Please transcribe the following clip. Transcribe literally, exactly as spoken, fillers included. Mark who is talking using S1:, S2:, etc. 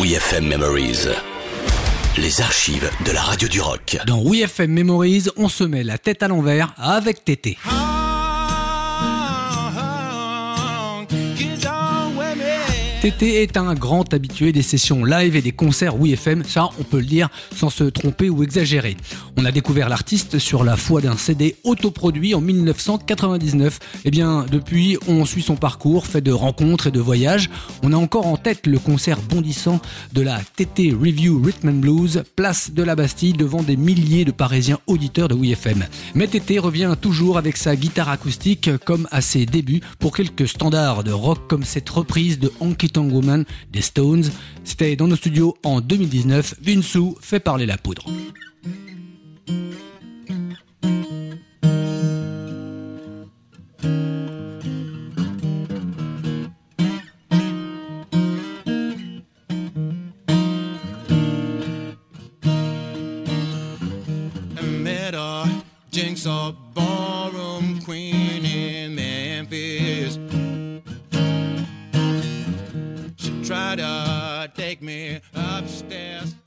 S1: We F M Memories. Les archives de la radio du rock.
S2: Dans We F M Memories, on se met la tête à l'envers avec Tété. Tété est un grand habitué des sessions live et des concerts We F M, ça on peut le dire sans se tromper ou exagérer. On a découvert l'artiste sur la foi d'un C D autoproduit en dix-neuf cent quatre-vingt-dix-neuf. Et bien depuis, on suit son parcours, fait de rencontres et de voyages. On a encore en tête le concert bondissant de la Tété Review Rhythm and Blues, place de la Bastille devant des milliers de Parisiens auditeurs de We F M. Mais Tété revient toujours avec sa guitare acoustique comme à ses débuts pour quelques standards de rock comme cette reprise de Honky Tonk Woman des Stones. C'était dans nos studios en deux mille dix-neuf. Vinsu fait parler la poudre.
S3: Jinx, a ballroom queen in Memphis. She tried to take me upstairs.